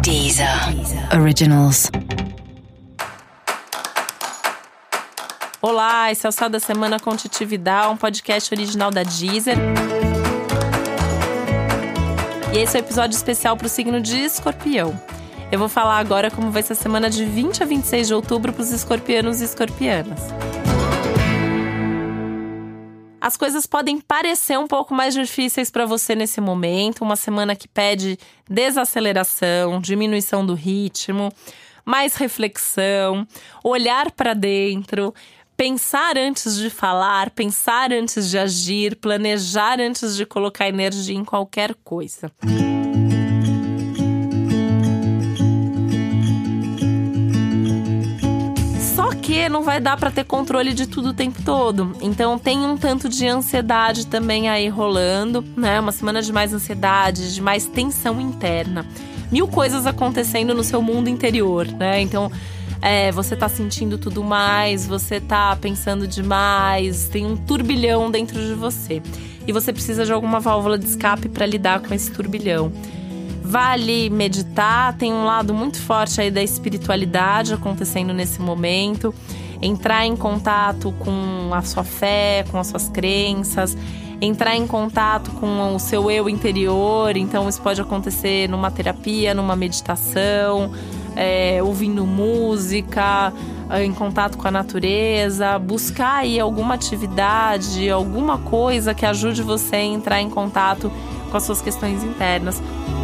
Deezer Originals. Olá, esse é o Céu da Semana com Titi Vidal, um podcast original da Deezer. E esse é o um episódio especial para o signo de Escorpião. Eu vou falar agora como vai ser a semana de 20 a 26 de outubro para os escorpianos e escorpianas. As coisas podem parecer um pouco mais difíceis para você nesse momento, uma semana que pede desaceleração, diminuição do ritmo, mais reflexão, olhar para dentro, pensar antes de falar, pensar antes de agir, planejar antes de colocar energia em qualquer coisa. Porque não vai dar para ter controle de tudo o tempo todo. Então tem um tanto de ansiedade também aí rolando, né? Uma semana de mais ansiedade, de mais tensão interna. 1000 coisas acontecendo no seu mundo interior, né? Então você tá sentindo tudo mais, você tá pensando demais, tem um turbilhão dentro de você. E você precisa de alguma válvula de escape para lidar com esse turbilhão. Vale meditar, tem um lado muito forte aí da espiritualidade acontecendo nesse momento. Entrar em contato com a sua fé, com as suas crenças. Entrar em contato com o seu eu interior. Então isso pode acontecer numa terapia, numa meditação, ouvindo música, em contato com a natureza. Buscar aí alguma atividade, alguma coisa que ajude você a entrar em contato com as suas questões internas.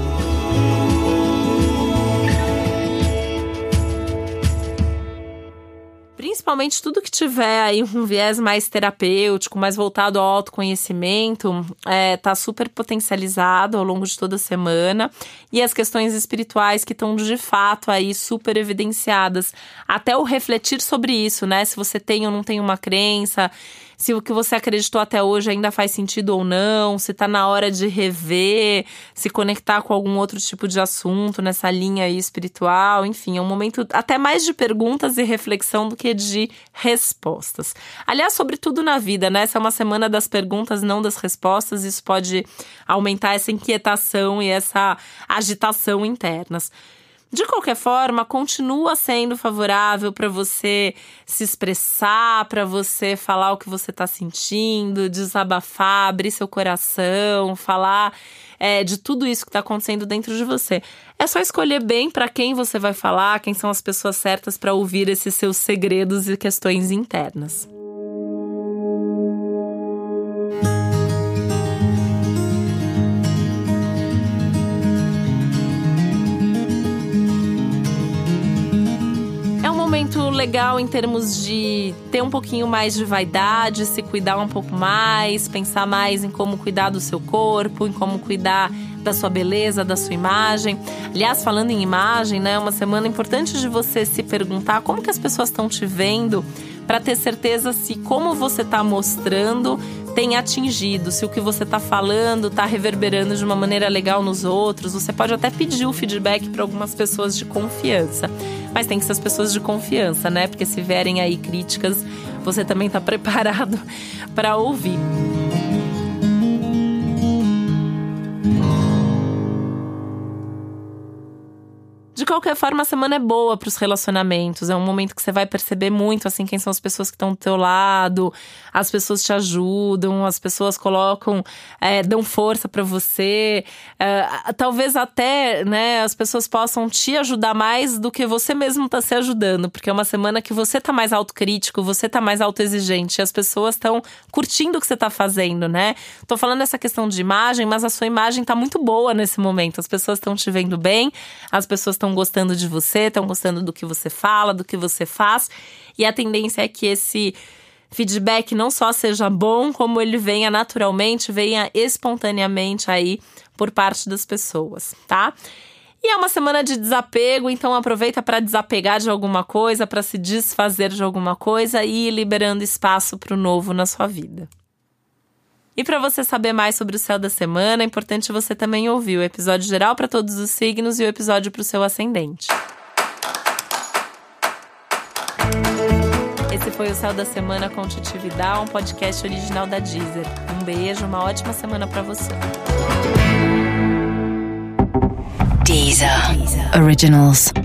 Principalmente tudo que tiver aí um viés mais terapêutico, mais voltado ao autoconhecimento, tá super potencializado ao longo de toda a semana. E as questões espirituais que estão de fato aí super evidenciadas. Até o refletir sobre isso, né? Se você tem ou não tem uma crença, se o que você acreditou até hoje ainda faz sentido ou não, se tá na hora de rever, se conectar com algum outro tipo de assunto nessa linha aí espiritual. Enfim, é um momento até mais de perguntas e reflexão do que de respostas. Aliás, sobre tudo na vida, né? Essa é uma semana das perguntas, não das respostas. Isso pode aumentar essa inquietação e essa agitação internas. De qualquer forma, continua sendo favorável para você se expressar, para você falar o que você está sentindo, desabafar, abrir seu coração, falar de tudo isso que está acontecendo dentro de você. É só escolher bem para quem você vai falar, quem são as pessoas certas para ouvir esses seus segredos e questões internas. Legal em termos de ter um pouquinho mais de vaidade, se cuidar um pouco mais, pensar mais em como cuidar do seu corpo, em como cuidar da sua beleza, da sua imagem. Aliás, falando em imagem, né, é uma semana importante de você se perguntar como que as pessoas estão te vendo, para ter certeza se como você está mostrando tem atingido, se o que você está falando está reverberando de uma maneira legal nos outros. Você pode até pedir o feedback para algumas pessoas de confiança, mas tem que ser as pessoas de confiança, né? Porque se vierem aí críticas, você também está preparado para ouvir. De qualquer forma, a semana é boa para os relacionamentos. É um momento que você vai perceber muito, assim, quem são as pessoas que estão do teu lado. As pessoas te ajudam, as pessoas colocam, dão força para você. Talvez até, né, as pessoas possam te ajudar mais do que você mesmo tá se ajudando. Porque é uma semana que você tá mais autocrítico, você tá mais autoexigente. E as pessoas estão curtindo o que você tá fazendo, né? Tô falando essa questão de imagem, mas a sua imagem tá muito boa nesse momento. As pessoas estão te vendo bem, as pessoas estão gostando de você, estão gostando do que você fala, do que você faz. E a tendência é que esse feedback não só seja bom, como ele venha naturalmente, venha espontaneamente aí por parte das pessoas, tá? E é uma semana de desapego, então aproveita para desapegar de alguma coisa, para se desfazer de alguma coisa e ir liberando espaço para o novo na sua vida. E para você saber mais sobre o céu da semana, é importante você também ouvir o episódio geral para todos os signos e o episódio para o seu ascendente. Esse foi o Céu da Semana com Titi Vidal, um podcast original da Deezer. Um beijo, uma ótima semana para você. Deezer. Originals.